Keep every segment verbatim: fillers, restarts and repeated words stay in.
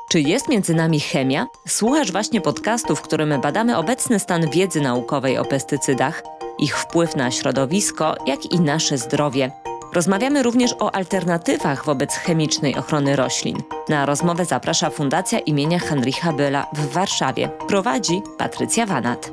Czy jest między nami chemia? Słuchasz właśnie podcastu, w którym badamy obecny stan wiedzy naukowej o pestycydach, ich wpływ na środowisko, jak i nasze zdrowie. Rozmawiamy również o alternatywach wobec chemicznej ochrony roślin. Na rozmowę zaprasza Fundacja imienia Heinricha Bölla w Warszawie. Prowadzi Patrycja Wanat.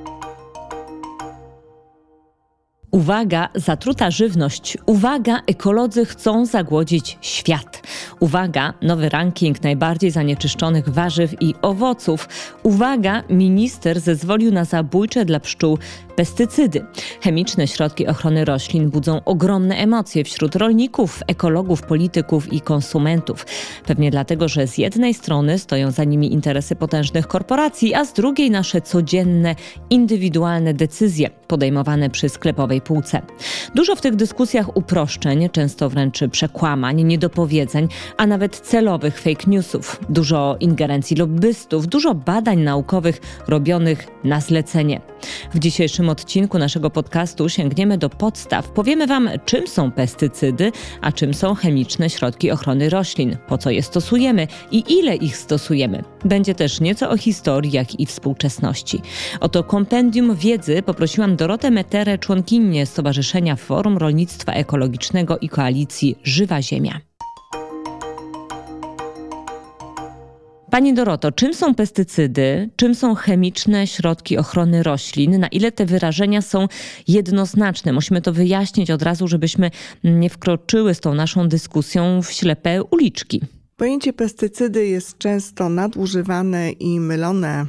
Uwaga, zatruta żywność. Uwaga, ekolodzy chcą zagłodzić świat. Uwaga, nowy ranking najbardziej zanieczyszczonych warzyw i owoców. Uwaga, minister zezwolił na zabójcze dla pszczół pestycydy. Chemiczne środki ochrony roślin budzą ogromne emocje wśród rolników, ekologów, polityków i konsumentów. Pewnie dlatego, że z jednej strony stoją za nimi interesy potężnych korporacji, a z drugiej nasze codzienne, indywidualne decyzje podejmowane przy sklepowej półce. Dużo w tych dyskusjach uproszczeń, często wręcz przekłamań, niedopowiedzeń, a nawet celowych fake newsów. Dużo ingerencji lobbystów, dużo badań naukowych robionych na zlecenie. W dzisiejszym odcinku naszego podcastu sięgniemy do podstaw. Powiemy Wam, czym są pestycydy, a czym są chemiczne środki ochrony roślin, po co je stosujemy i ile ich stosujemy. Będzie też nieco o historii, jak i współczesności. Oto kompendium wiedzy poprosiłam Dorotę Meterę, członkinię Stowarzyszenia Forum Rolnictwa Ekologicznego i Koalicji Żywa Ziemia. Pani Doroto, czym są pestycydy, czym są chemiczne środki ochrony roślin, na ile te wyrażenia są jednoznaczne? Musimy to wyjaśnić od razu, żebyśmy nie wkroczyły z tą naszą dyskusją w ślepe uliczki. Pojęcie pestycydy jest często nadużywane i mylone.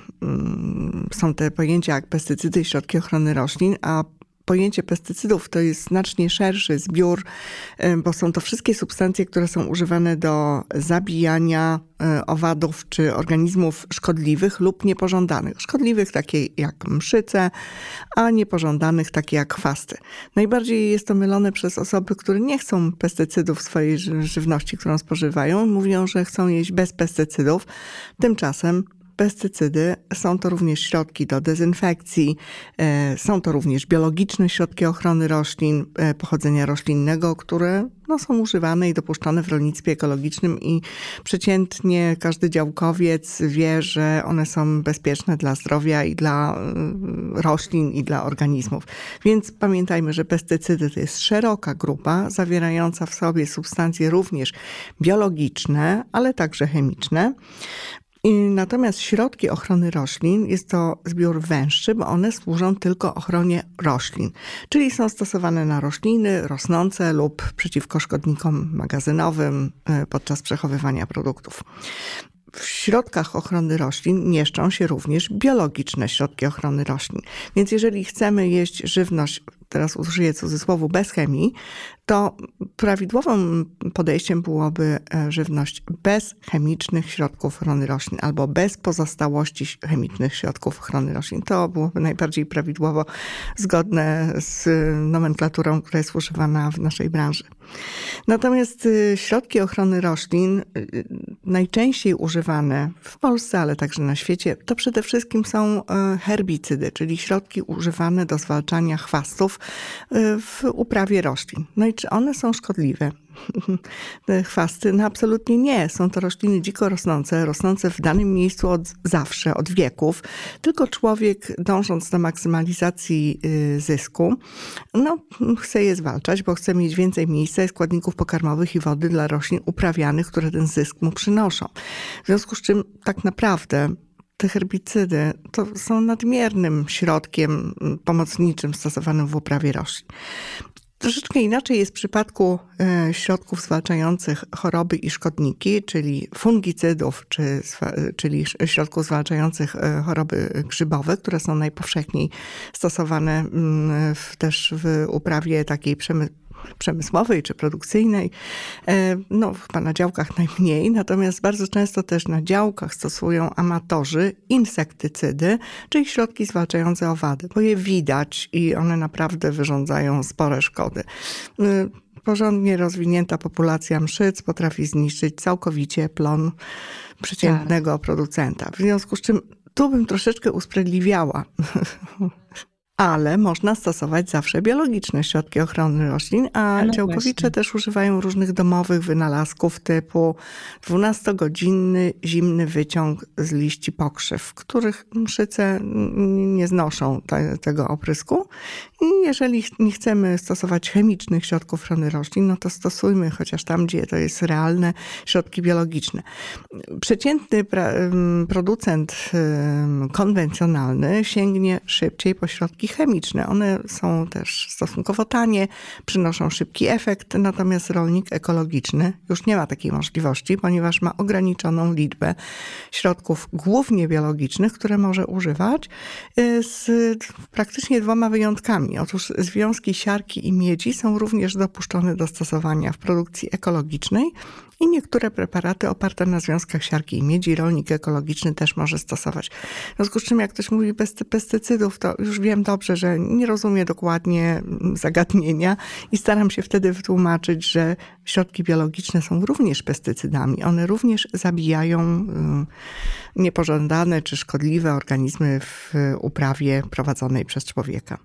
Są te pojęcia jak pestycydy i środki ochrony roślin, a pojęcie pestycydów to jest znacznie szerszy zbiór, bo są to wszystkie substancje, które są używane do zabijania owadów czy organizmów szkodliwych lub niepożądanych. Szkodliwych takie jak mszyce, a niepożądanych takie jak chwasty. Najbardziej jest to mylone przez osoby, które nie chcą pestycydów w swojej żywności, którą spożywają. Mówią, że chcą jeść bez pestycydów. Tymczasem pestycydy są to również środki do dezynfekcji, są to również biologiczne środki ochrony roślin pochodzenia roślinnego, które no, są używane i dopuszczone w rolnictwie ekologicznym i przeciętnie każdy działkowiec wie, że one są bezpieczne dla zdrowia i dla roślin i dla organizmów. Więc pamiętajmy, że pestycydy to jest szeroka grupa zawierająca w sobie substancje również biologiczne, ale także chemiczne. I natomiast środki ochrony roślin jest to zbiór węższy, bo one służą tylko ochronie roślin, czyli są stosowane na rośliny rosnące lub przeciwko szkodnikom magazynowym podczas przechowywania produktów. W środkach ochrony roślin mieszczą się również biologiczne środki ochrony roślin. Więc jeżeli chcemy jeść żywność, teraz użyję cudzysłowu, bez chemii, to prawidłowym podejściem byłoby żywność bez chemicznych środków ochrony roślin albo bez pozostałości chemicznych środków ochrony roślin. To byłoby najbardziej prawidłowo zgodne z nomenklaturą, która jest używana w naszej branży. Natomiast środki ochrony roślin najczęściej używane w Polsce, ale także na świecie, to przede wszystkim są herbicydy, czyli środki używane do zwalczania chwastów w uprawie roślin. No i czy one są szkodliwe? Te chwasty? No absolutnie nie. Są to rośliny dziko rosnące, rosnące w danym miejscu od zawsze, od wieków. Tylko człowiek, dążąc do maksymalizacji zysku, no, chce je zwalczać, bo chce mieć więcej miejsca i składników pokarmowych i wody dla roślin uprawianych, które ten zysk mu przynoszą. W związku z czym tak naprawdę te herbicydy to są nadmiernym środkiem pomocniczym stosowanym w uprawie roślin. Troszeczkę inaczej jest w przypadku środków zwalczających choroby i szkodniki, czyli fungicydów, czy, czyli środków zwalczających choroby grzybowe, które są najpowszechniej stosowane w, też w uprawie takiej przemysłowej, przemysłowej czy produkcyjnej, no chyba na działkach najmniej, natomiast bardzo często też na działkach stosują amatorzy insektycydy, czyli środki zwalczające owady, bo je widać i one naprawdę wyrządzają spore szkody. Porządnie rozwinięta populacja mszyc potrafi zniszczyć całkowicie plon przeciętnego producenta. W związku z czym tu bym troszeczkę usprawiedliwiała Ale można stosować zawsze biologiczne środki ochrony roślin, a no działkowicze właśnie. też używają różnych domowych wynalazków typu dwunastogodzinny zimny wyciąg z liści pokrzyw, których mszyce nie znoszą te, tego oprysku. I jeżeli nie chcemy stosować chemicznych środków ochrony roślin, no to stosujmy chociaż tam, gdzie to jest realne, środki biologiczne. Przeciętny pra- producent konwencjonalny sięgnie szybciej po środki chemiczne. One są też stosunkowo tanie, przynoszą szybki efekt, natomiast rolnik ekologiczny już nie ma takiej możliwości, ponieważ ma ograniczoną liczbę środków głównie biologicznych, które może używać z praktycznie dwoma wyjątkami. Otóż związki siarki i miedzi są również dopuszczone do stosowania w produkcji ekologicznej i niektóre preparaty oparte na związkach siarki i miedzi rolnik ekologiczny też może stosować. W związku z czym, jak ktoś mówi bez pestycydów, to już wiem dobrze, że nie rozumie dokładnie zagadnienia i staram się wtedy wytłumaczyć, że środki biologiczne są również pestycydami. One również zabijają niepożądane czy szkodliwe organizmy w uprawie prowadzonej przez człowieka.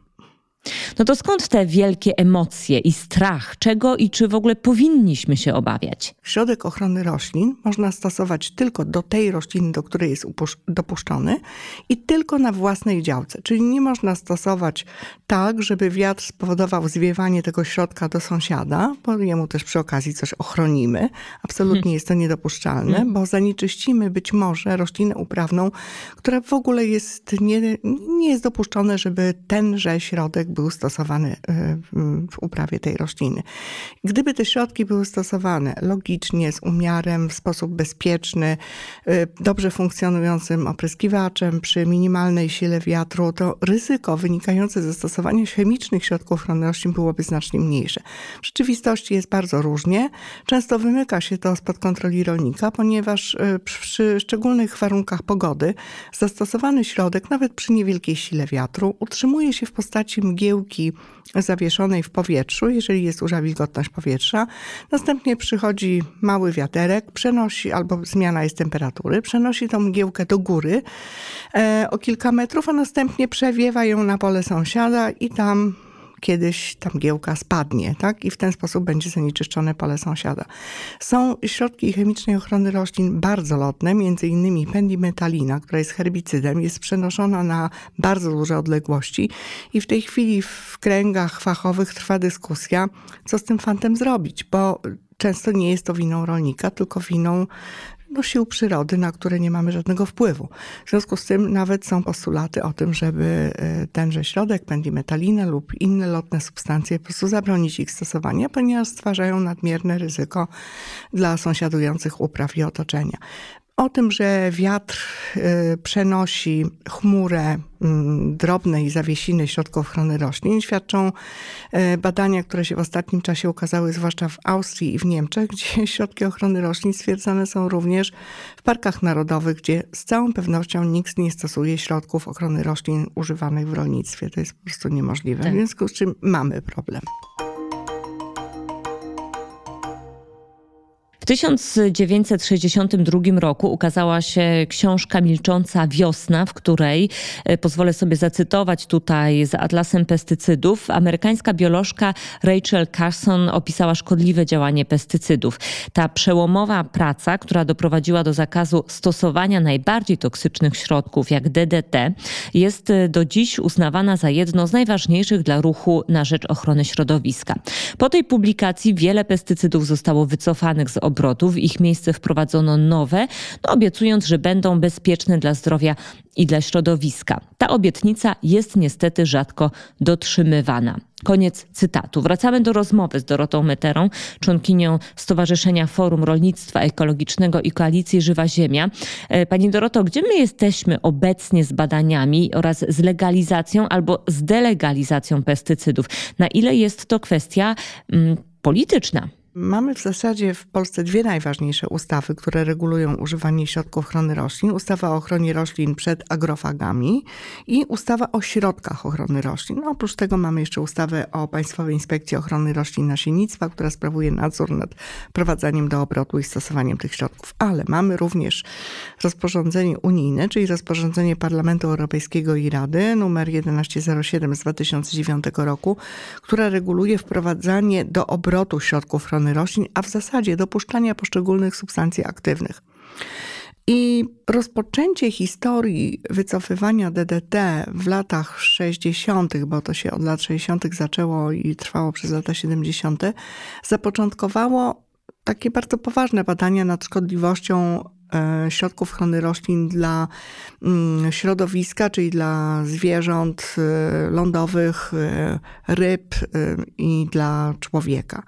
No to skąd te wielkie emocje i strach? Czego i czy w ogóle powinniśmy się obawiać? Środek ochrony roślin można stosować tylko do tej rośliny, do której jest dopuszczony i tylko na własnej działce. Czyli nie można stosować tak, żeby wiatr spowodował zwiewanie tego środka do sąsiada, bo jemu też przy okazji coś ochronimy. Absolutnie hmm. jest to niedopuszczalne, hmm. bo zanieczyścimy być może roślinę uprawną, która w ogóle jest nie, nie jest dopuszczone, żeby tenże środek był stosowany w uprawie tej rośliny. Gdyby te środki były stosowane logicznie, z umiarem, w sposób bezpieczny, dobrze funkcjonującym opryskiwaczem, przy minimalnej sile wiatru, to ryzyko wynikające ze stosowania chemicznych środków ochrony roślin byłoby znacznie mniejsze. W rzeczywistości jest bardzo różnie. Często wymyka się to spod kontroli rolnika, ponieważ przy szczególnych warunkach pogody zastosowany środek, nawet przy niewielkiej sile wiatru, utrzymuje się w postaci mgiełki zawieszonej w powietrzu, jeżeli jest duża wilgotność powietrza. Następnie przychodzi mały wiaterek, przenosi, albo zmiana jest temperatury, przenosi tą mgiełkę do góry e, o kilka metrów, a następnie przewiewa ją na pole sąsiada i tam kiedyś ta mgiełka spadnie, tak? I w ten sposób będzie zanieczyszczone pole sąsiada. Są środki chemicznej ochrony roślin bardzo lotne, między innymi pendimetalina, która jest herbicydem, jest przenoszona na bardzo duże odległości i w tej chwili w kręgach fachowych trwa dyskusja, co z tym fantem zrobić, bo często nie jest to winą rolnika, tylko winą no, sił przyrody, na które nie mamy żadnego wpływu. W związku z tym nawet są postulaty o tym, żeby tenże środek, pendimetalinę lub inne lotne substancje po prostu zabronić ich stosowania, ponieważ stwarzają nadmierne ryzyko dla sąsiadujących upraw i otoczenia. O tym, że wiatr przenosi chmurę drobnej zawiesiny środków ochrony roślin, świadczą badania, które się w ostatnim czasie ukazały, zwłaszcza w Austrii i w Niemczech, gdzie środki ochrony roślin stwierdzane są również w parkach narodowych, gdzie z całą pewnością nikt nie stosuje środków ochrony roślin używanych w rolnictwie. To jest po prostu niemożliwe. Tak. W związku z czym mamy problem. W tysiąc dziewięćset sześćdziesiątym drugim roku ukazała się książka Milcząca wiosna, w której, pozwolę sobie zacytować tutaj z atlasem pestycydów, amerykańska biolożka Rachel Carson opisała szkodliwe działanie pestycydów. Ta przełomowa praca, która doprowadziła do zakazu stosowania najbardziej toksycznych środków jak D D T, jest do dziś uznawana za jedno z najważniejszych dla ruchu na rzecz ochrony środowiska. Po tej publikacji wiele pestycydów zostało wycofanych z obrotu. W ich miejsce wprowadzono nowe, no obiecując, że będą bezpieczne dla zdrowia i dla środowiska. Ta obietnica jest niestety rzadko dotrzymywana. Koniec cytatu. Wracamy do rozmowy z Dorotą Meterą, członkinią Stowarzyszenia Forum Rolnictwa Ekologicznego i Koalicji Żywa Ziemia. Pani Doroto, gdzie my jesteśmy obecnie z badaniami oraz z legalizacją albo z delegalizacją pestycydów? Na ile jest to kwestia mm, polityczna? Mamy w zasadzie w Polsce dwie najważniejsze ustawy, które regulują używanie środków ochrony roślin. Ustawa o ochronie roślin przed agrofagami i ustawa o środkach ochrony roślin. No, oprócz tego mamy jeszcze ustawę o Państwowej Inspekcji Ochrony Roślin i Nasiennictwa, która sprawuje nadzór nad wprowadzaniem do obrotu i stosowaniem tych środków. Ale mamy również rozporządzenie unijne, czyli rozporządzenie Parlamentu Europejskiego i Rady nr tysiąc sto siedem z dwa tysiące dziewiątego roku, która reguluje wprowadzanie do obrotu środków ochrony roślin, a w zasadzie dopuszczania poszczególnych substancji aktywnych. I rozpoczęcie historii wycofywania D D T w latach sześćdziesiątych, bo to się od lat sześćdziesiątych zaczęło i trwało przez lata siedemdziesiąte, zapoczątkowało takie bardzo poważne badania nad szkodliwością środków ochrony roślin dla środowiska, czyli dla zwierząt lądowych, ryb i dla człowieka.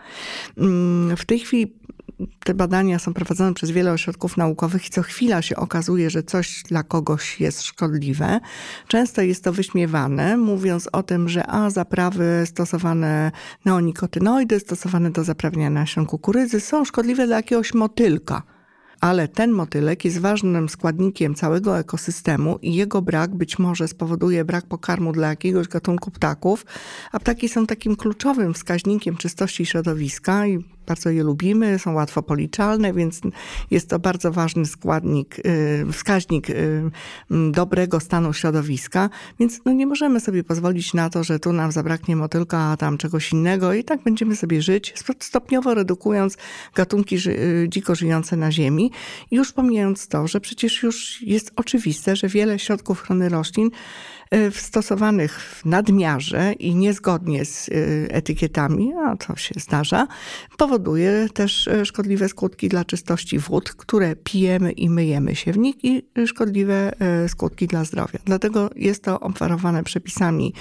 W tej chwili te badania są prowadzone przez wiele ośrodków naukowych i co chwila się okazuje, że coś dla kogoś jest szkodliwe. Często jest to wyśmiewane, mówiąc o tym, że a zaprawy stosowane, neonikotynoidy stosowane do zaprawiania nasion kukurydzy są szkodliwe dla jakiegoś motylka. Ale ten motylek jest ważnym składnikiem całego ekosystemu i jego brak być może spowoduje brak pokarmu dla jakiegoś gatunku ptaków, a ptaki są takim kluczowym wskaźnikiem czystości środowiska i bardzo je lubimy, są łatwo policzalne, więc jest to bardzo ważny składnik, wskaźnik dobrego stanu środowiska, więc no nie możemy sobie pozwolić na to, że tu nam zabraknie motylka, a tam czegoś innego i tak będziemy sobie żyć, stopniowo redukując gatunki dziko żyjące na ziemi. I już pomijając to, że przecież już jest oczywiste, że wiele środków ochrony roślin stosowanych w nadmiarze i niezgodnie z etykietami, a to się zdarza, powoduje też szkodliwe skutki dla czystości wód, które pijemy i myjemy się w nich i szkodliwe skutki dla zdrowia. Dlatego jest to obwarowane przepisami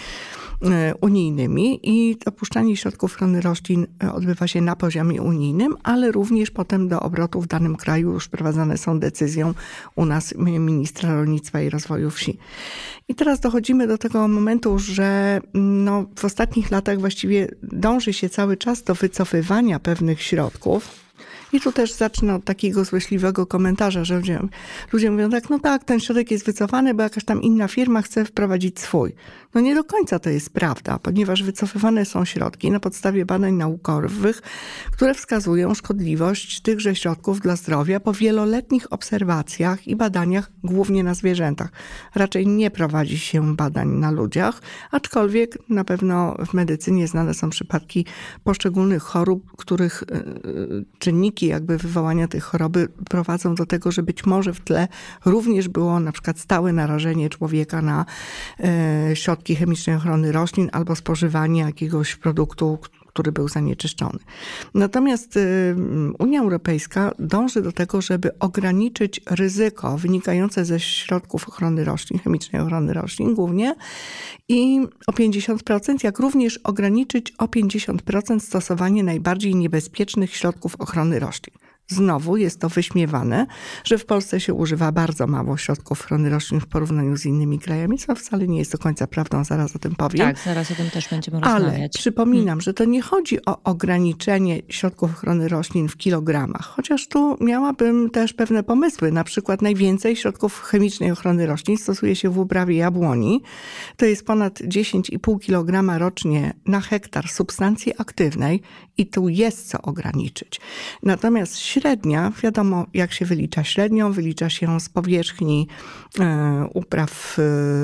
unijnymi i dopuszczanie środków ochrony roślin odbywa się na poziomie unijnym, ale również potem do obrotu w danym kraju już wprowadzane są decyzją u nas ministra rolnictwa i rozwoju wsi. I teraz dochodzimy do tego momentu, że no, w ostatnich latach właściwie dąży się cały czas do wycofywania pewnych środków. I tu też zacznę od takiego złośliwego komentarza, że ludzie, ludzie mówią tak, no tak, ten środek jest wycofany, bo jakaś tam inna firma chce wprowadzić swój. No nie do końca to jest prawda, ponieważ wycofywane są środki na podstawie badań naukowych, które wskazują szkodliwość tychże środków dla zdrowia po wieloletnich obserwacjach i badaniach głównie na zwierzętach. Raczej nie prowadzi się badań na ludziach, aczkolwiek na pewno w medycynie znane są przypadki poszczególnych chorób, których czynniki jakby wywołania tej choroby prowadzą do tego, że być może w tle również było na przykład stałe narażenie człowieka na e, środki chemicznej ochrony roślin albo spożywanie jakiegoś produktu, który był zanieczyszczony. Natomiast Unia Europejska dąży do tego, żeby ograniczyć ryzyko wynikające ze środków ochrony roślin, chemicznej ochrony roślin głównie i o pięćdziesiąt procent, jak również ograniczyć o pięćdziesiąt procent stosowanie najbardziej niebezpiecznych środków ochrony roślin. Znowu jest to wyśmiewane, że w Polsce się używa bardzo mało środków ochrony roślin w porównaniu z innymi krajami, co wcale nie jest do końca prawdą, zaraz o tym powiem. Tak, zaraz o tym też będziemy Ale rozmawiać. Ale przypominam, hmm. że to nie chodzi o ograniczenie środków ochrony roślin w kilogramach, chociaż tu miałabym też pewne pomysły. Na przykład najwięcej środków chemicznej ochrony roślin stosuje się w uprawie jabłoni. To jest ponad dziesięć i pół kilograma rocznie na hektar substancji aktywnej i tu jest co ograniczyć. Natomiast średnia, wiadomo jak się wylicza średnią, wylicza się z powierzchni e, upraw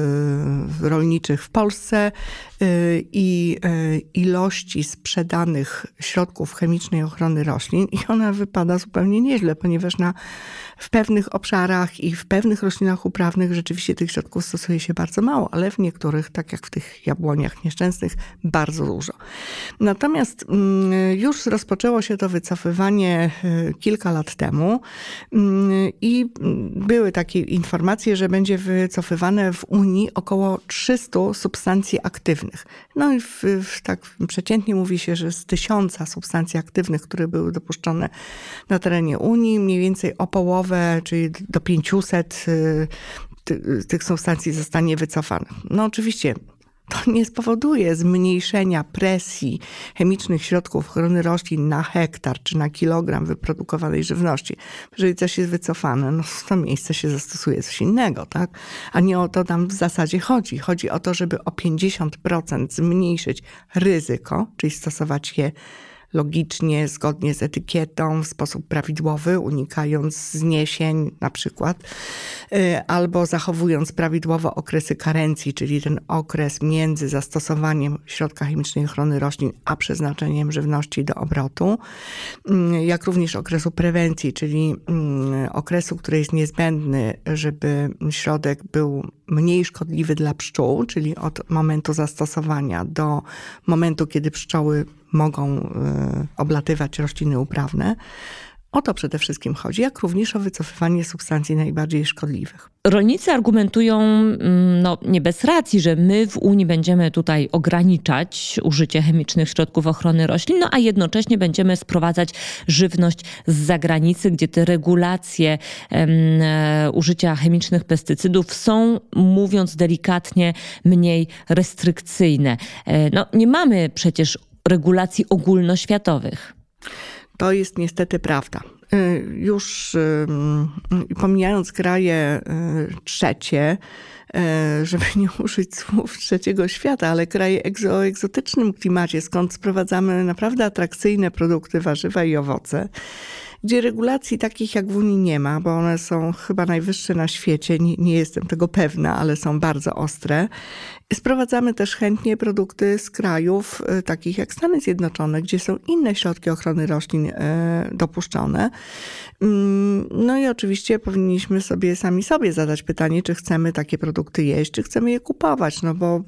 e, rolniczych w Polsce e, i e, ilości sprzedanych środków chemicznej ochrony roślin i ona wypada zupełnie nieźle, ponieważ na, w pewnych obszarach i w pewnych roślinach uprawnych rzeczywiście tych środków stosuje się bardzo mało, ale w niektórych, tak jak w tych jabłoniach nieszczęsnych, bardzo dużo. Natomiast mm, już rozpoczęło się to wycofywanie kilka lat temu i były takie informacje, że będzie wycofywane w Unii około trzysta substancji aktywnych. No i w, w, tak przeciętnie mówi się, że z tysiąca substancji aktywnych, które były dopuszczone na terenie Unii, mniej więcej o połowę, czyli do pięciuset tych substancji zostanie wycofanych. No oczywiście to nie spowoduje zmniejszenia presji chemicznych środków ochrony roślin na hektar czy na kilogram wyprodukowanej żywności. Jeżeli coś jest wycofane, no w to miejsce się zastosuje coś innego, tak? A nie o to nam w zasadzie chodzi. Chodzi o to, żeby o pięćdziesiąt procent zmniejszyć ryzyko, czyli stosować je logicznie, zgodnie z etykietą, w sposób prawidłowy, unikając zniesień na przykład, albo zachowując prawidłowo okresy karencji, czyli ten okres między zastosowaniem środka chemicznej ochrony roślin a przeznaczeniem żywności do obrotu, jak również okresu prewencji, czyli okresu, który jest niezbędny, żeby środek był mniej szkodliwy dla pszczół, czyli od momentu zastosowania do momentu, kiedy pszczoły mogą oblatywać rośliny uprawne. O to przede wszystkim chodzi, jak również o wycofywanie substancji najbardziej szkodliwych. Rolnicy argumentują, no nie bez racji, że my w Unii będziemy tutaj ograniczać użycie chemicznych środków ochrony roślin, no a jednocześnie będziemy sprowadzać żywność z zagranicy, gdzie te regulacje um, użycia chemicznych pestycydów są, mówiąc delikatnie, mniej restrykcyjne. No nie mamy przecież regulacji ogólnoświatowych. To jest niestety prawda. Już pomijając kraje trzecie, żeby nie użyć słów trzeciego świata, ale kraje o egzotycznym klimacie, skąd sprowadzamy naprawdę atrakcyjne produkty, warzywa i owoce, gdzie regulacji takich jak w Unii nie ma, bo one są chyba najwyższe na świecie, nie, nie jestem tego pewna, ale są bardzo ostre. Sprowadzamy też chętnie produkty z krajów takich jak Stany Zjednoczone, gdzie są inne środki ochrony roślin dopuszczone. No i oczywiście powinniśmy sobie sami sobie zadać pytanie, czy chcemy takie produkty jeść, czy chcemy je kupować, no bo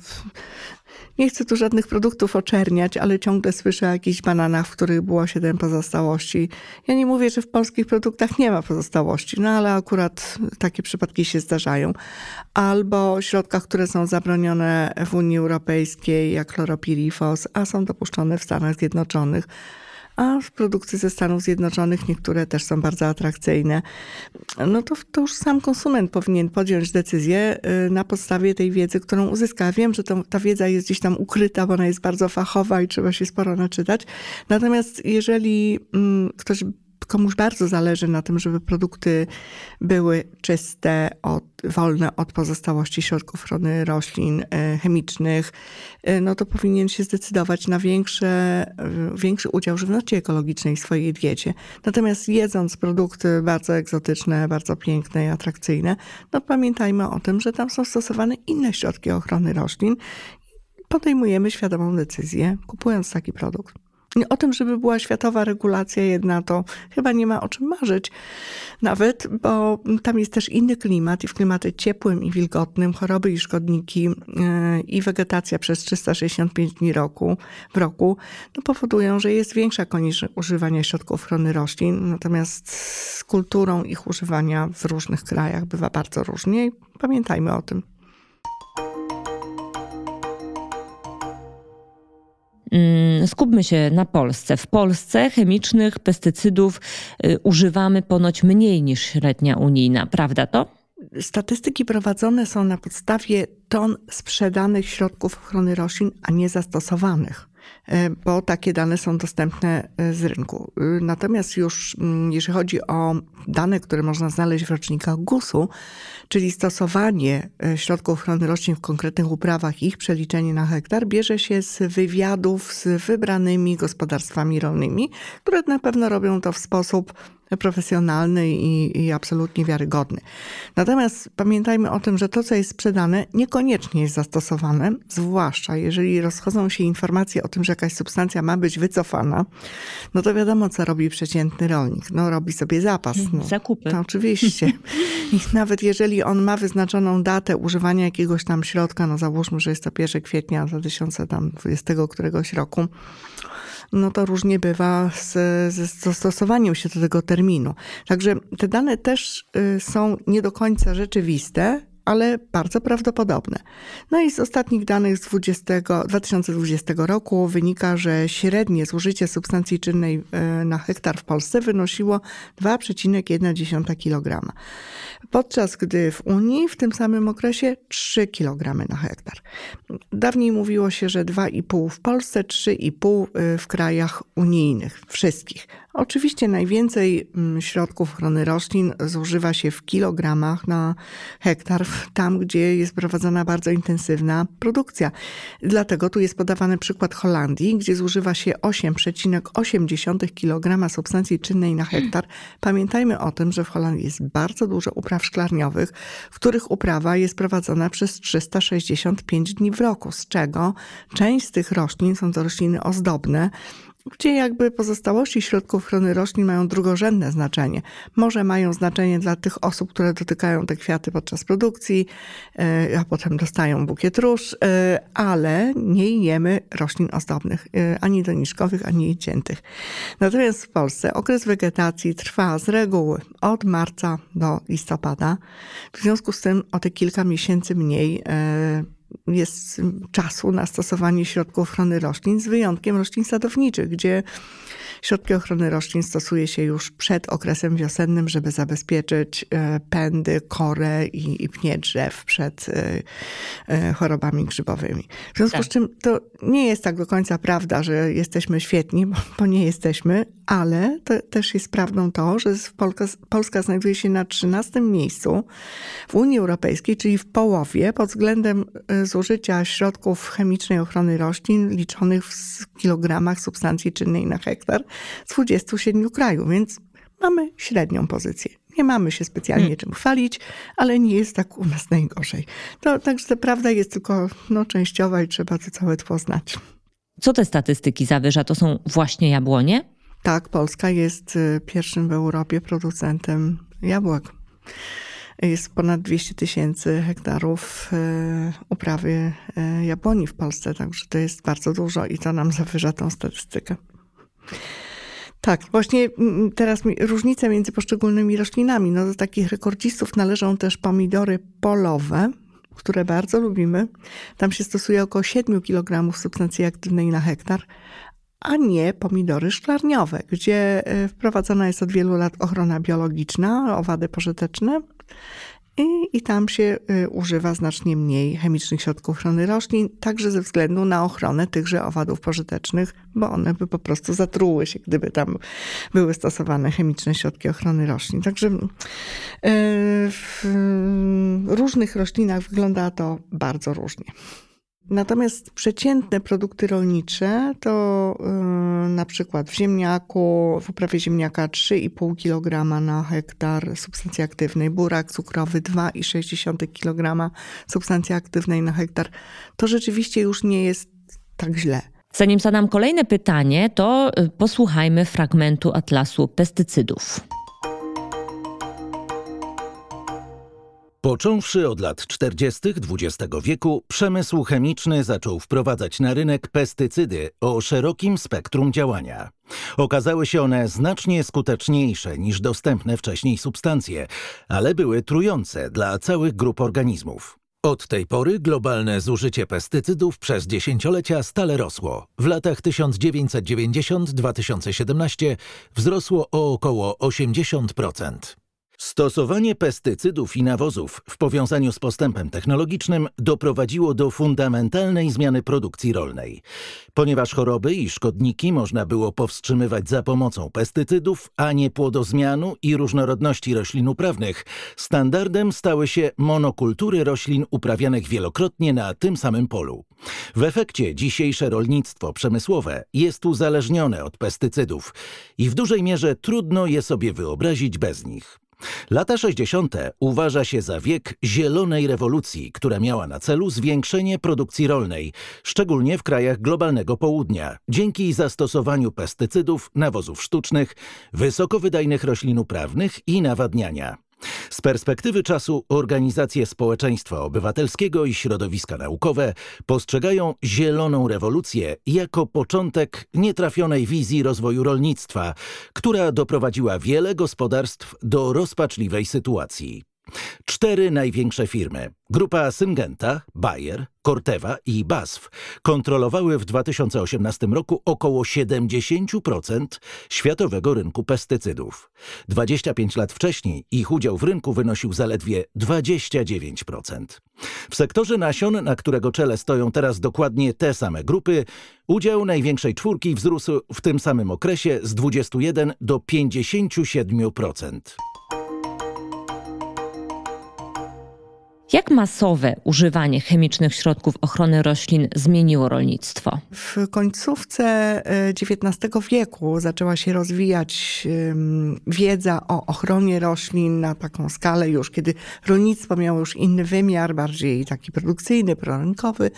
nie chcę tu żadnych produktów oczerniać, ale ciągle słyszę o jakichś bananach, w których było siedem pozostałości. Ja nie mówię, że w polskich produktach nie ma pozostałości, no ale akurat takie przypadki się zdarzają. Albo środkach, które są zabronione w Unii Europejskiej, jak chlorpirifos, a są dopuszczone w Stanach Zjednoczonych. A produkty ze Stanów Zjednoczonych, niektóre też są bardzo atrakcyjne. No to, to już sam konsument powinien podjąć decyzję na podstawie tej wiedzy, którą uzyska. Wiem, że to, ta wiedza jest gdzieś tam ukryta, bo ona jest bardzo fachowa i trzeba się sporo naczytać. Natomiast jeżeli ktoś komuś bardzo zależy na tym, żeby produkty były czyste, od, wolne od pozostałości środków ochrony roślin chemicznych, no to powinien się zdecydować na większe, większy udział żywności ekologicznej w swojej diecie. Natomiast jedząc produkty bardzo egzotyczne, bardzo piękne i atrakcyjne, no pamiętajmy o tym, że tam są stosowane inne środki ochrony roślin. Podejmujemy świadomą decyzję, kupując taki produkt. O tym, żeby była światowa regulacja jedna, to chyba nie ma o czym marzyć nawet, bo tam jest też inny klimat i w klimacie ciepłym i wilgotnym choroby i szkodniki i wegetacja przez trzysta sześćdziesiąt pięć dni roku, w roku no powodują, że jest większa konieczność używania środków ochrony roślin, natomiast z kulturą ich używania w różnych krajach bywa bardzo różnie i pamiętajmy o tym. Skupmy się na Polsce. W Polsce chemicznych pestycydów używamy ponoć mniej niż średnia unijna. Prawda to? Statystyki prowadzone są na podstawie ton sprzedanych środków ochrony roślin, a nie zastosowanych, bo takie dane są dostępne z rynku. Natomiast już jeżeli chodzi o dane, które można znaleźć w rocznikach gusu, czyli stosowanie środków ochrony roślin w konkretnych uprawach i ich przeliczenie na hektar, bierze się z wywiadów z wybranymi gospodarstwami rolnymi, które na pewno robią to w sposób profesjonalny i, i absolutnie wiarygodny. Natomiast pamiętajmy o tym, że to, co jest sprzedane, niekoniecznie jest zastosowane, zwłaszcza jeżeli rozchodzą się informacje o tym, że jakaś substancja ma być wycofana, no to wiadomo, co robi przeciętny rolnik. No robi sobie zapas. No, zakupy. To oczywiście. I nawet jeżeli on ma wyznaczoną datę używania jakiegoś tam środka, no załóżmy, że jest to pierwszego kwietnia dwa tysiące dwudziestego któregoś roku, no to różnie bywa z, z zastosowaniem się do tego terminu. Także te dane też są nie do końca rzeczywiste, ale bardzo prawdopodobne. No i z ostatnich danych z dwa tysiące dwudziestego roku wynika, że średnie zużycie substancji czynnej na hektar w Polsce wynosiło dwa przecinek jedna kilograma. podczas gdy w Unii w tym samym okresie trzy kilogramy na hektar. Dawniej mówiło się, że dwa i pół w Polsce, trzy i pół w krajach unijnych, wszystkich. Oczywiście najwięcej środków ochrony roślin zużywa się w kilogramach na hektar, tam gdzie jest prowadzona bardzo intensywna produkcja. Dlatego tu jest podawany przykład Holandii, gdzie zużywa się osiem przecinek osiem kilograma substancji czynnej na hektar. Pamiętajmy o tym, że w Holandii jest bardzo dużo upraw szklarniowych, w których uprawa jest prowadzona przez trzysta sześćdziesiąt pięć dni w roku, z czego część z tych roślin są to rośliny ozdobne, gdzie jakby pozostałości środków ochrony roślin mają drugorzędne znaczenie. Może mają znaczenie dla tych osób, które dotykają te kwiaty podczas produkcji, a potem dostają bukiet róż, ale nie jemy roślin ozdobnych, ani doniczkowych, ani ciętych. Natomiast w Polsce okres wegetacji trwa z reguły od marca do listopada. W związku z tym o te kilka miesięcy mniej jest czasu na stosowanie środków ochrony roślin, z wyjątkiem roślin sadowniczych, gdzie środki ochrony roślin stosuje się już przed okresem wiosennym, żeby zabezpieczyć pędy, korę i, i pnie drzew przed chorobami grzybowymi. W związku tak. z czym to nie jest tak do końca prawda, że jesteśmy świetni, bo, bo nie jesteśmy, ale to też jest prawdą to, że Polska, Polska znajduje się na trzynastym miejscu w Unii Europejskiej, czyli w połowie pod względem zużycia środków chemicznej ochrony roślin liczonych w kilogramach substancji czynnej na hektar z dwudziestu siedmiu krajów, więc mamy średnią pozycję. Nie mamy się specjalnie hmm. czym chwalić, ale nie jest tak u nas najgorzej. To, także ta prawda jest tylko no, częściowa i trzeba to całe tło znać. Co te statystyki zawyża? To są właśnie jabłonie? Tak, Polska jest pierwszym w Europie producentem jabłek. Jest ponad dwieście tysięcy hektarów uprawy jabłoni w Polsce, także to jest bardzo dużo i to nam zawyża tą statystykę. Tak, właśnie teraz różnice między poszczególnymi roślinami. No do takich rekordzistów należą też pomidory polowe, które bardzo lubimy. Tam się stosuje około siedmiu kilogramów substancji aktywnej na hektar, a nie pomidory szklarniowe, gdzie wprowadzona jest od wielu lat ochrona biologiczna, owady pożyteczne i, i tam się używa znacznie mniej chemicznych środków ochrony roślin, także ze względu na ochronę tychże owadów pożytecznych, bo one by po prostu zatruły się, gdyby tam były stosowane chemiczne środki ochrony roślin. Także w różnych roślinach wygląda to bardzo różnie. Natomiast przeciętne produkty rolnicze to yy, na przykład w ziemniaku, w uprawie ziemniaka trzy i pół kilograma na hektar substancji aktywnej, burak cukrowy dwa i sześć kilograma substancji aktywnej na hektar. To rzeczywiście już nie jest tak źle. Zanim zadam kolejne pytanie, to posłuchajmy fragmentu Atlasu Pestycydów. Począwszy od lat czterdziestych dwudziestego wieku, przemysł chemiczny zaczął wprowadzać na rynek pestycydy o szerokim spektrum działania. Okazały się one znacznie skuteczniejsze niż dostępne wcześniej substancje, ale były trujące dla całych grup organizmów. Od tej pory globalne zużycie pestycydów przez dziesięciolecia stale rosło. W latach tysiąc dziewięćset dziewięćdziesiąt do dwa tysiące siedemnaście wzrosło o około osiemdziesiąt procent. Stosowanie pestycydów i nawozów w powiązaniu z postępem technologicznym doprowadziło do fundamentalnej zmiany produkcji rolnej. Ponieważ choroby i szkodniki można było powstrzymywać za pomocą pestycydów, a nie płodozmianu i różnorodności roślin uprawnych, standardem stały się monokultury roślin uprawianych wielokrotnie na tym samym polu. W efekcie dzisiejsze rolnictwo przemysłowe jest uzależnione od pestycydów i w dużej mierze trudno je sobie wyobrazić bez nich. Lata sześćdziesiąte uważa się za wiek zielonej rewolucji, która miała na celu zwiększenie produkcji rolnej, szczególnie w krajach globalnego południa, dzięki zastosowaniu pestycydów, nawozów sztucznych, wysokowydajnych roślin uprawnych i nawadniania. Z perspektywy czasu organizacje społeczeństwa obywatelskiego i środowiska naukowe postrzegają zieloną rewolucję jako początek nietrafionej wizji rozwoju rolnictwa, która doprowadziła wiele gospodarstw do rozpaczliwej sytuacji. Cztery największe firmy, grupa Syngenta, Bayer, Corteva i B A S F, kontrolowały w dwa tysiące osiemnastym roku około siedemdziesiąt procent światowego rynku pestycydów. dwadzieścia pięć lat wcześniej ich udział w rynku wynosił zaledwie dwadzieścia dziewięć procent. W sektorze nasion, na którego czele stoją teraz dokładnie te same grupy, udział największej czwórki wzrósł w tym samym okresie z dwudziestu jeden do pięćdziesięciu siedmiu procent. Jak masowe używanie chemicznych środków ochrony roślin zmieniło rolnictwo? W końcówce dziewiętnastego wieku zaczęła się rozwijać wiedza o ochronie roślin na taką skalę już, kiedy rolnictwo miało już inny wymiar, bardziej taki produkcyjny, prorynkowy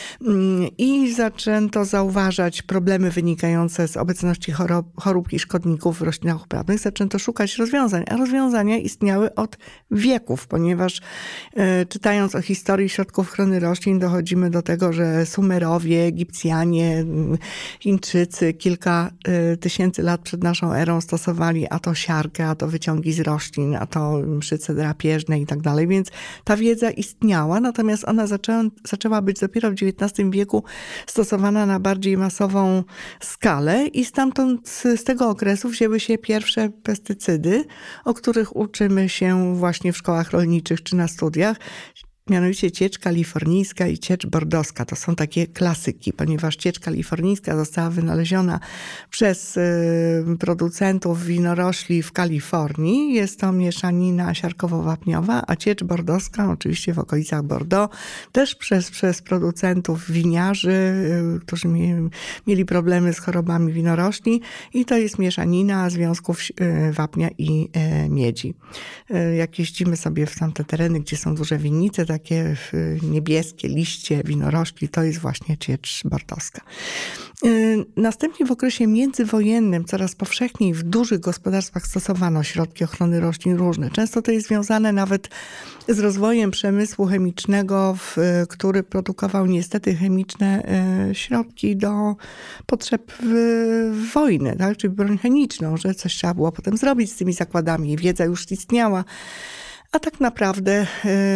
i zaczęto zauważać problemy wynikające z obecności chorób, chorób i szkodników w roślinach uprawnych. Zaczęto szukać rozwiązań, a rozwiązania istniały od wieków, ponieważ czytając o historii środków ochrony roślin, dochodzimy do tego, że Sumerowie, Egipcjanie, Chińczycy kilka tysięcy lat przed naszą erą stosowali a to siarkę, a to wyciągi z roślin, a to mszyce drapieżne i tak dalej. Więc ta wiedza istniała, natomiast ona zaczęła, zaczęła być dopiero w dziewiętnastym wieku stosowana na bardziej masową skalę i stamtąd z tego okresu wzięły się pierwsze pestycydy, o których uczymy się właśnie w szkołach rolniczych czy na studiach. Mianowicie ciecz kalifornijska i ciecz bordowska. To są takie klasyki, ponieważ ciecz kalifornijska została wynaleziona przez producentów winorośli w Kalifornii. Jest to mieszanina siarkowo-wapniowa, a ciecz bordowska, oczywiście w okolicach Bordeaux, też przez, przez producentów winiarzy, którzy mieli problemy z chorobami winorośli. I to jest mieszanina związków wapnia i miedzi. Jak jeździmy sobie w tamte tereny, gdzie są duże winnice, takie niebieskie liście winorośli, to jest właśnie ciecz bordowska. Następnie w okresie międzywojennym coraz powszechniej w dużych gospodarstwach stosowano środki ochrony roślin różne. Często to jest związane nawet z rozwojem przemysłu chemicznego, który produkował niestety chemiczne środki do potrzeb wojny, tak? Czyli broń chemiczną, że coś trzeba było potem zrobić z tymi zakładami. Wiedza już istniała. A tak naprawdę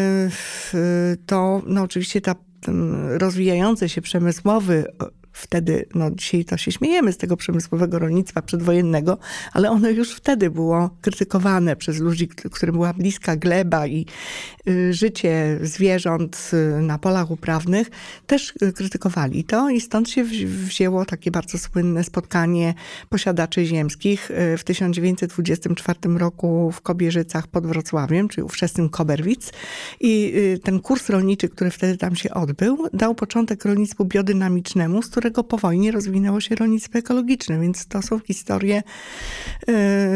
to no oczywiście ta, ten rozwijający się przemysłowy, wtedy, no dzisiaj to się śmiejemy z tego przemysłowego rolnictwa przedwojennego, ale ono już wtedy było krytykowane przez ludzi, którym była bliska gleba i życie zwierząt na polach uprawnych, też krytykowali to i stąd się wzięło takie bardzo słynne spotkanie posiadaczy ziemskich w tysiąc dziewięćset dwudziestym czwartym roku w Kobierzycach pod Wrocławiem, czyli ówczesnym Koberwic. I ten kurs rolniczy, który wtedy tam się odbył, dał początek rolnictwu biodynamicznemu, z którego po wojnie rozwinęło się rolnictwo ekologiczne, więc to są historie yy,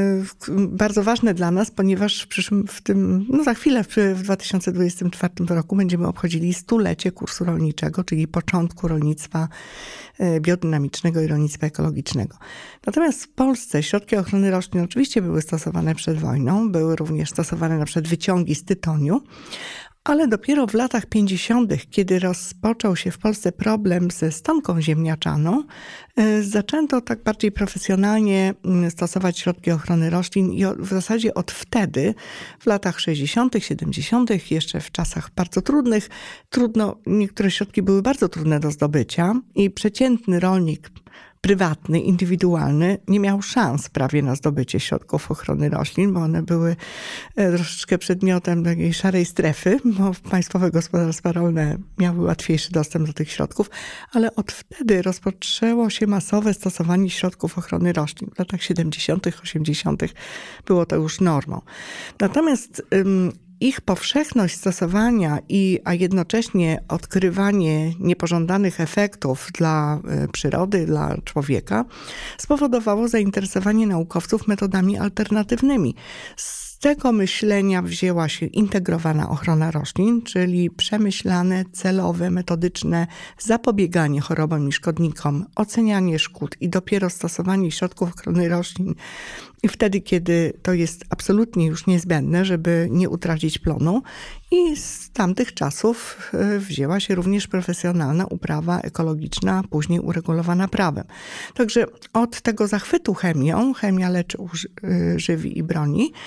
bardzo ważne dla nas, ponieważ w przyszłym, w tym, no za chwilę w, w dwa tysiące dwudziestym czwartym roku będziemy obchodzili stulecie kursu rolniczego, czyli początku rolnictwa yy, biodynamicznego i rolnictwa ekologicznego. Natomiast w Polsce środki ochrony roślin oczywiście były stosowane przed wojną, były również stosowane na przykład wyciągi z tytoniu, ale dopiero w latach pięćdziesiątych, kiedy rozpoczął się w Polsce problem ze stonką ziemniaczaną, zaczęto tak bardziej profesjonalnie stosować środki ochrony roślin i w zasadzie od wtedy, w latach sześćdziesiątych, siedemdziesiątych, jeszcze w czasach bardzo trudnych, trudno, niektóre środki były bardzo trudne do zdobycia i przeciętny rolnik prywatny, indywidualny, nie miał szans prawie na zdobycie środków ochrony roślin, bo one były troszeczkę przedmiotem takiej szarej strefy, bo państwowe gospodarstwa rolne miały łatwiejszy dostęp do tych środków, ale od wtedy rozpoczęło się masowe stosowanie środków ochrony roślin. W latach siedemdziesiątych, osiemdziesiątych było to już normą. Natomiast ym, ich powszechność stosowania, i, a jednocześnie odkrywanie niepożądanych efektów dla przyrody, dla człowieka, spowodowało zainteresowanie naukowców metodami alternatywnymi. Z tego myślenia wzięła się integrowana ochrona roślin, czyli przemyślane, celowe, metodyczne zapobieganie chorobom i szkodnikom, ocenianie szkód i dopiero stosowanie środków ochrony roślin i wtedy, kiedy to jest absolutnie już niezbędne, żeby nie utracić plonu. I z tamtych czasów wzięła się również profesjonalna uprawa ekologiczna, później uregulowana prawem. Także od tego zachwytu chemią, chemia leczy, żywi i broni,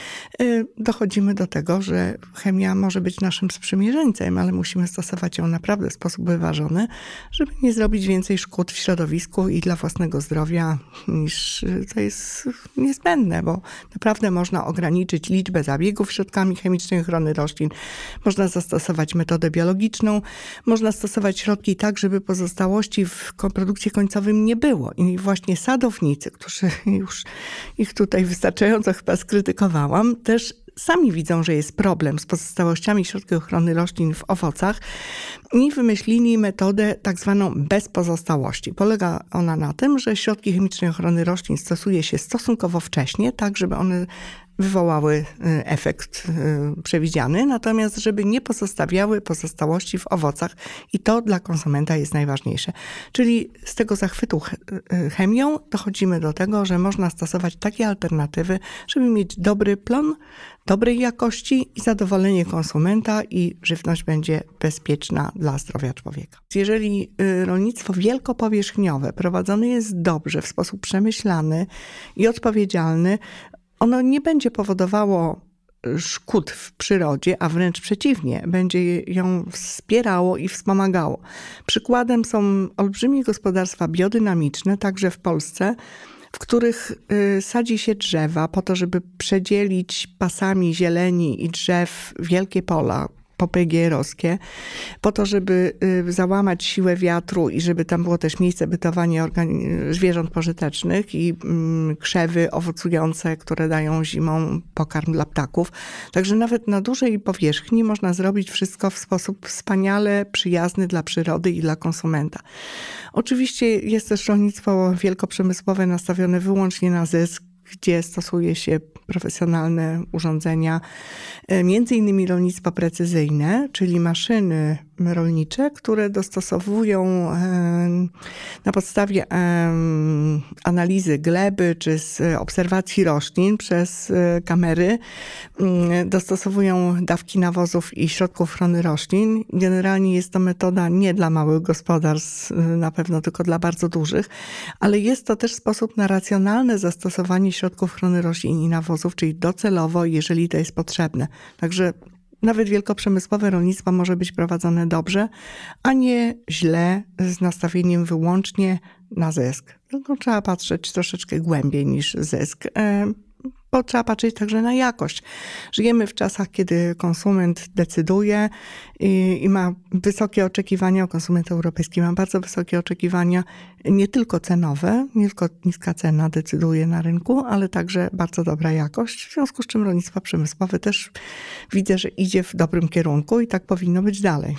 dochodzimy do tego, że chemia może być naszym sprzymierzeńcem, ale musimy stosować ją naprawdę w sposób wyważony, żeby nie zrobić więcej szkód w środowisku i dla własnego zdrowia, niż to jest niezbędne, bo naprawdę można ograniczyć liczbę zabiegów środkami chemicznymi ochrony roślin, można zastosować metodę biologiczną, można stosować środki tak, żeby pozostałości w produkcie końcowym nie było. I właśnie sadownicy, którzy już ich tutaj wystarczająco chyba skrytykowałam, też sami widzą, że jest problem z pozostałościami środków ochrony roślin w owocach i wymyślili metodę tak zwaną bez pozostałości. Polega ona na tym, że środki chemicznej ochrony roślin stosuje się stosunkowo wcześnie, tak żeby one wywołały efekt przewidziany, natomiast żeby nie pozostawiały pozostałości w owocach i to dla konsumenta jest najważniejsze. Czyli z tego zachwytu chemią dochodzimy do tego, że można stosować takie alternatywy, żeby mieć dobry plon, dobrej jakości i zadowolenie konsumenta i żywność będzie bezpieczna dla zdrowia człowieka. Jeżeli rolnictwo wielkopowierzchniowe prowadzone jest dobrze, w sposób przemyślany i odpowiedzialny, ono nie będzie powodowało szkód w przyrodzie, a wręcz przeciwnie, będzie ją wspierało i wspomagało. Przykładem są olbrzymie gospodarstwa biodynamiczne, także w Polsce, w których sadzi się drzewa po to, żeby przedzielić pasami zieleni i drzew wielkie pola popegierowskie, po to, żeby załamać siłę wiatru i żeby tam było też miejsce bytowania organi- zwierząt pożytecznych i mm, krzewy owocujące, które dają zimą pokarm dla ptaków. Także nawet na dużej powierzchni można zrobić wszystko w sposób wspaniale przyjazny dla przyrody i dla konsumenta. Oczywiście jest też rolnictwo wielkoprzemysłowe nastawione wyłącznie na zysk, gdzie stosuje się profesjonalne urządzenia, między innymi rolnictwo precyzyjne, czyli maszyny rolnicze, które dostosowują na podstawie analizy gleby czy z obserwacji roślin przez kamery, dostosowują dawki nawozów i środków ochrony roślin. Generalnie jest to metoda nie dla małych gospodarstw, na pewno tylko dla bardzo dużych, ale jest to też sposób na racjonalne zastosowanie środków ochrony roślin i nawozów, czyli docelowo, jeżeli to jest potrzebne. Także nawet wielkoprzemysłowe rolnictwo może być prowadzone dobrze, a nie źle, z nastawieniem wyłącznie na zysk. Tylko trzeba patrzeć troszeczkę głębiej niż zysk, bo trzeba patrzeć także na jakość. Żyjemy w czasach, kiedy konsument decyduje i, i ma wysokie oczekiwania, konsument europejski ma bardzo wysokie oczekiwania, nie tylko cenowe, nie tylko niska cena decyduje na rynku, ale także bardzo dobra jakość, w związku z czym rolnictwo przemysłowe też widzę, że idzie w dobrym kierunku i tak powinno być dalej.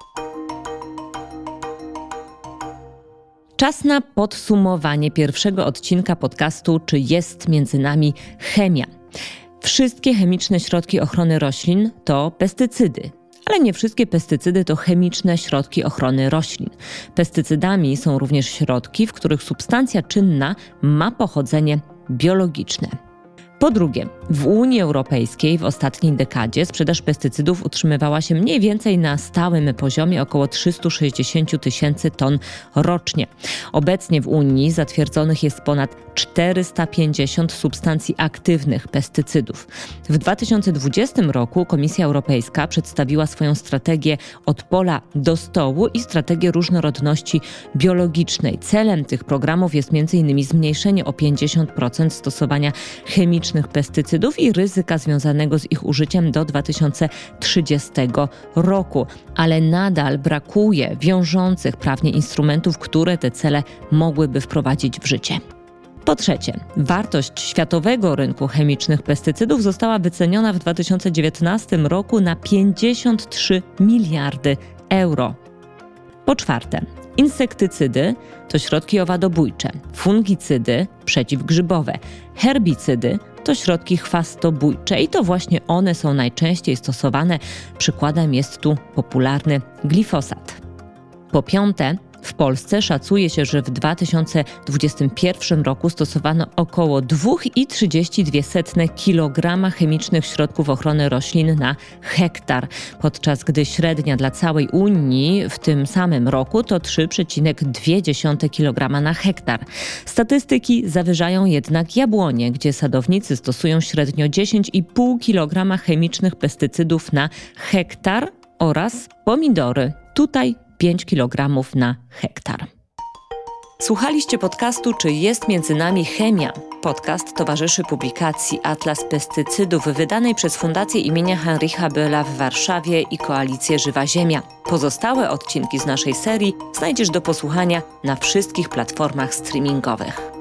Czas na podsumowanie pierwszego odcinka podcastu Czy jest między nami chemia? Wszystkie chemiczne środki ochrony roślin to pestycydy. Ale nie wszystkie pestycydy to chemiczne środki ochrony roślin. Pestycydami są również środki, w których substancja czynna ma pochodzenie biologiczne. Po drugie, w Unii Europejskiej w ostatniej dekadzie sprzedaż pestycydów utrzymywała się mniej więcej na stałym poziomie około trzysta sześćdziesiąt tysięcy ton rocznie. Obecnie w Unii zatwierdzonych jest ponad czterysta pięćdziesiąt substancji aktywnych pestycydów. W dwa tysiące dwudziestym roku Komisja Europejska przedstawiła swoją strategię od pola do stołu i strategię różnorodności biologicznej. Celem tych programów jest między innymi zmniejszenie o pięćdziesiąt procent stosowania chemicznych pestycydów i ryzyka związanego z ich użyciem do dwa tysiące trzydziestego roku. Ale nadal brakuje wiążących prawnie instrumentów, które te cele mogłyby wprowadzić w życie. Po trzecie, wartość światowego rynku chemicznych pestycydów została wyceniona w dwa tysiące dziewiętnastym roku na pięćdziesiąt trzy miliardy euro. Po czwarte, insektycydy to środki owadobójcze, fungicydy przeciwgrzybowe, herbicydy to środki chwastobójcze i to właśnie one są najczęściej stosowane. Przykładem jest tu popularny glifosat. Po piąte, W Polsce szacuje się, że w dwa tysiące dwudziestym pierwszym roku stosowano około dwa i trzydzieści dwie setne kilograma chemicznych środków ochrony roślin na hektar, podczas gdy średnia dla całej Unii w tym samym roku to trzy przecinek dwa kilograma na hektar. Statystyki zawyżają jednak jabłonie, gdzie sadownicy stosują średnio dziesięć i pół kilograma chemicznych pestycydów na hektar, oraz pomidory, tutaj pięć kilogramów na hektar. Słuchaliście podcastu Czy jest między nami chemia? Podcast towarzyszy publikacji Atlas Pestycydów wydanej przez Fundację imienia Heinricha Bölla w Warszawie i Koalicję Żywa Ziemia. Pozostałe odcinki z naszej serii znajdziesz do posłuchania na wszystkich platformach streamingowych.